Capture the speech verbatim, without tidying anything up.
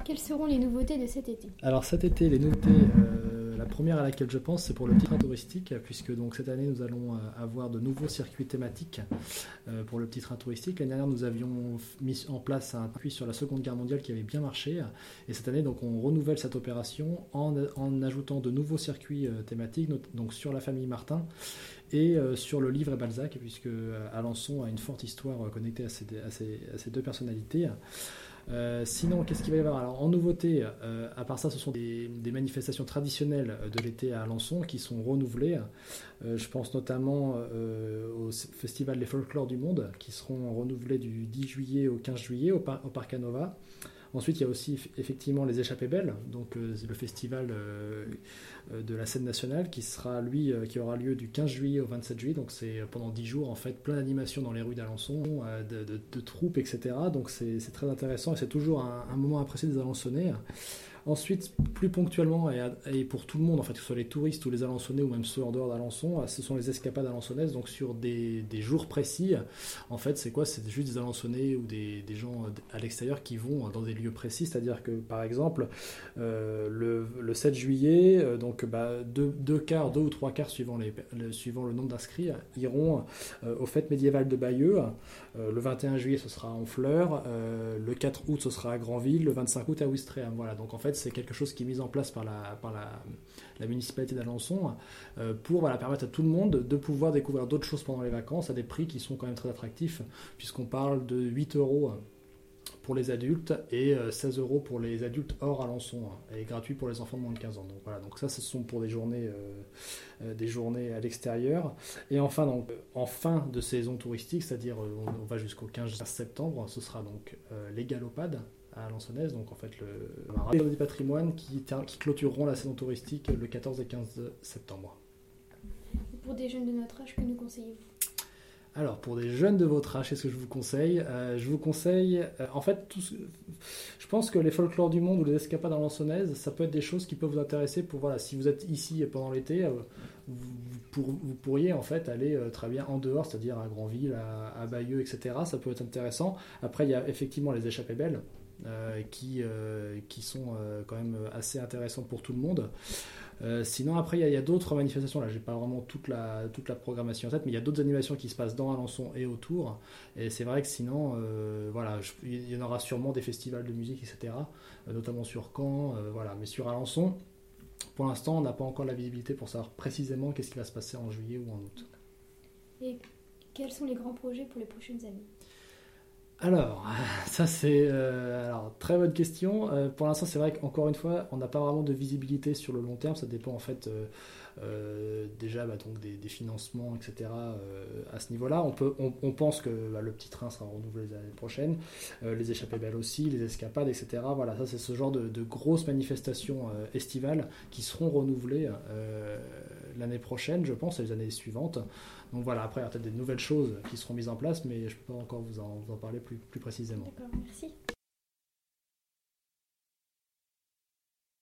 Quelles seront les nouveautés de cet été ? Alors cet été, les nouveautés, euh, la première à laquelle je pense, c'est pour le petit train touristique, puisque donc cette année nous allons euh, avoir de nouveaux circuits thématiques euh, pour le petit train touristique. L'année dernière, nous avions mis en place un circuit sur la Seconde Guerre mondiale qui avait bien marché, et cette année, donc, on renouvelle cette opération en, en ajoutant de nouveaux circuits euh, thématiques, donc sur la famille Martin et euh, sur le livre et Balzac, puisque euh, Alençon a une forte histoire euh, connectée à ces, à ces, à ces deux personnalités. Euh, sinon, qu'est-ce qu'il va y avoir ? Alors, en nouveauté, euh, à part ça, ce sont des, des manifestations traditionnelles de l'été à Alençon qui sont renouvelées. Euh, je pense notamment euh, au Festival des Folklores du Monde, qui seront renouvelés du dix juillet au quinze juillet au, par- au Parc Canova. Ensuite, il y a aussi effectivement les Échappées Belles, donc euh, le festival euh, de la scène nationale qui sera lui euh, qui aura lieu du quinze juillet au vingt-sept juillet. Donc c'est pendant dix jours en fait plein d'animations dans les rues d'Alençon, euh, de, de, de troupes, et cetera. Donc c'est, c'est très intéressant et c'est toujours un, un moment apprécié des Alençonnais. Ensuite, plus ponctuellement, et, à, et pour tout le monde, en fait, que ce soit les touristes ou les Alençonnais ou même ceux en dehors d'Alençon, ce sont les escapades alençonnaises, donc sur des, des jours précis. En fait, c'est quoi ? C'est juste des Alençonnais ou des, des gens à l'extérieur qui vont dans des lieux précis, c'est-à-dire que, par exemple, euh, le, le sept juillet, euh, donc bah, deux, deux quarts, deux ou trois quarts, suivant, les, le, suivant le nombre d'inscrits, iront euh, aux fêtes médiévales de Bayeux. Euh, le vingt et un juillet, ce sera à Honfleur. Euh, le quatre août, ce sera à Granville. Le vingt-cinq août, à Ouistreham. Voilà, donc en fait, c'est quelque chose qui est mis en place par la, par la, la municipalité d'Alençon euh, pour voilà, permettre à tout le monde de pouvoir découvrir d'autres choses pendant les vacances à des prix qui sont quand même très attractifs, puisqu'on parle de huit euros pour les adultes et seize euros pour les adultes hors Alençon, et gratuit pour les enfants de moins de quinze ans. Donc voilà, donc ça ce sont pour des journées, euh, des journées à l'extérieur. Et enfin, donc, en fin de saison touristique, c'est-à-dire on, on va jusqu'au quinze septembre, ce sera donc euh, les galopades à Alençonnaise, donc en fait le, le des patrimoines qui, qui clôtureront la saison touristique le quatorze et quinze septembre. Pour des jeunes de notre âge, que nous conseillez-vous ? Alors, pour des jeunes de votre âge, qu'est-ce que je vous conseille ? euh, Je vous conseille, euh, en fait, tout ce, je pense que les folklores du monde ou les escapades alençonnaises, ça peut être des choses qui peuvent vous intéresser pour, voilà, si vous êtes ici pendant l'été, euh, vous, pour, vous pourriez en fait aller euh, très bien en dehors, c'est-à-dire à Granville, à, à Bayeux, et cetera. Ça peut être intéressant. Après, il y a effectivement les Échappées Belles, euh, qui, euh, qui sont euh, quand même assez intéressantes pour tout le monde. Euh, sinon après il y, y a d'autres manifestations, là j'ai pas vraiment toute la, toute la programmation en tête, mais il y a d'autres animations qui se passent dans Alençon et autour, et c'est vrai que sinon euh, voilà, je, il y en aura sûrement des festivals de musique, etc., euh, notamment sur Caen, euh, voilà, mais sur Alençon pour l'instant on n'a pas encore la visibilité pour savoir précisément qu'est-ce qui va se passer en juillet ou en août. Et quels sont les grands projets pour les prochaines années ? Alors, ça c'est euh, alors, très bonne question. Euh, pour l'instant, c'est vrai qu'encore une fois, on n'a pas vraiment de visibilité sur le long terme. Ça dépend en fait euh, euh, déjà bah, donc des, des financements, et cetera. Euh, à ce niveau-là, on, peut, on, on pense que bah, le petit train sera renouvelé l'année prochaine, euh, les Échappées Belles aussi, les escapades, et cetera. Voilà, ça c'est ce genre de, de grosses manifestations euh, estivales qui seront renouvelées euh, l'année prochaine, je pense, et les années suivantes. Donc voilà, après il y a peut-être des nouvelles choses qui seront mises en place, mais je ne peux pas encore vous en, vous en parler plus, plus précisément. D'accord, merci.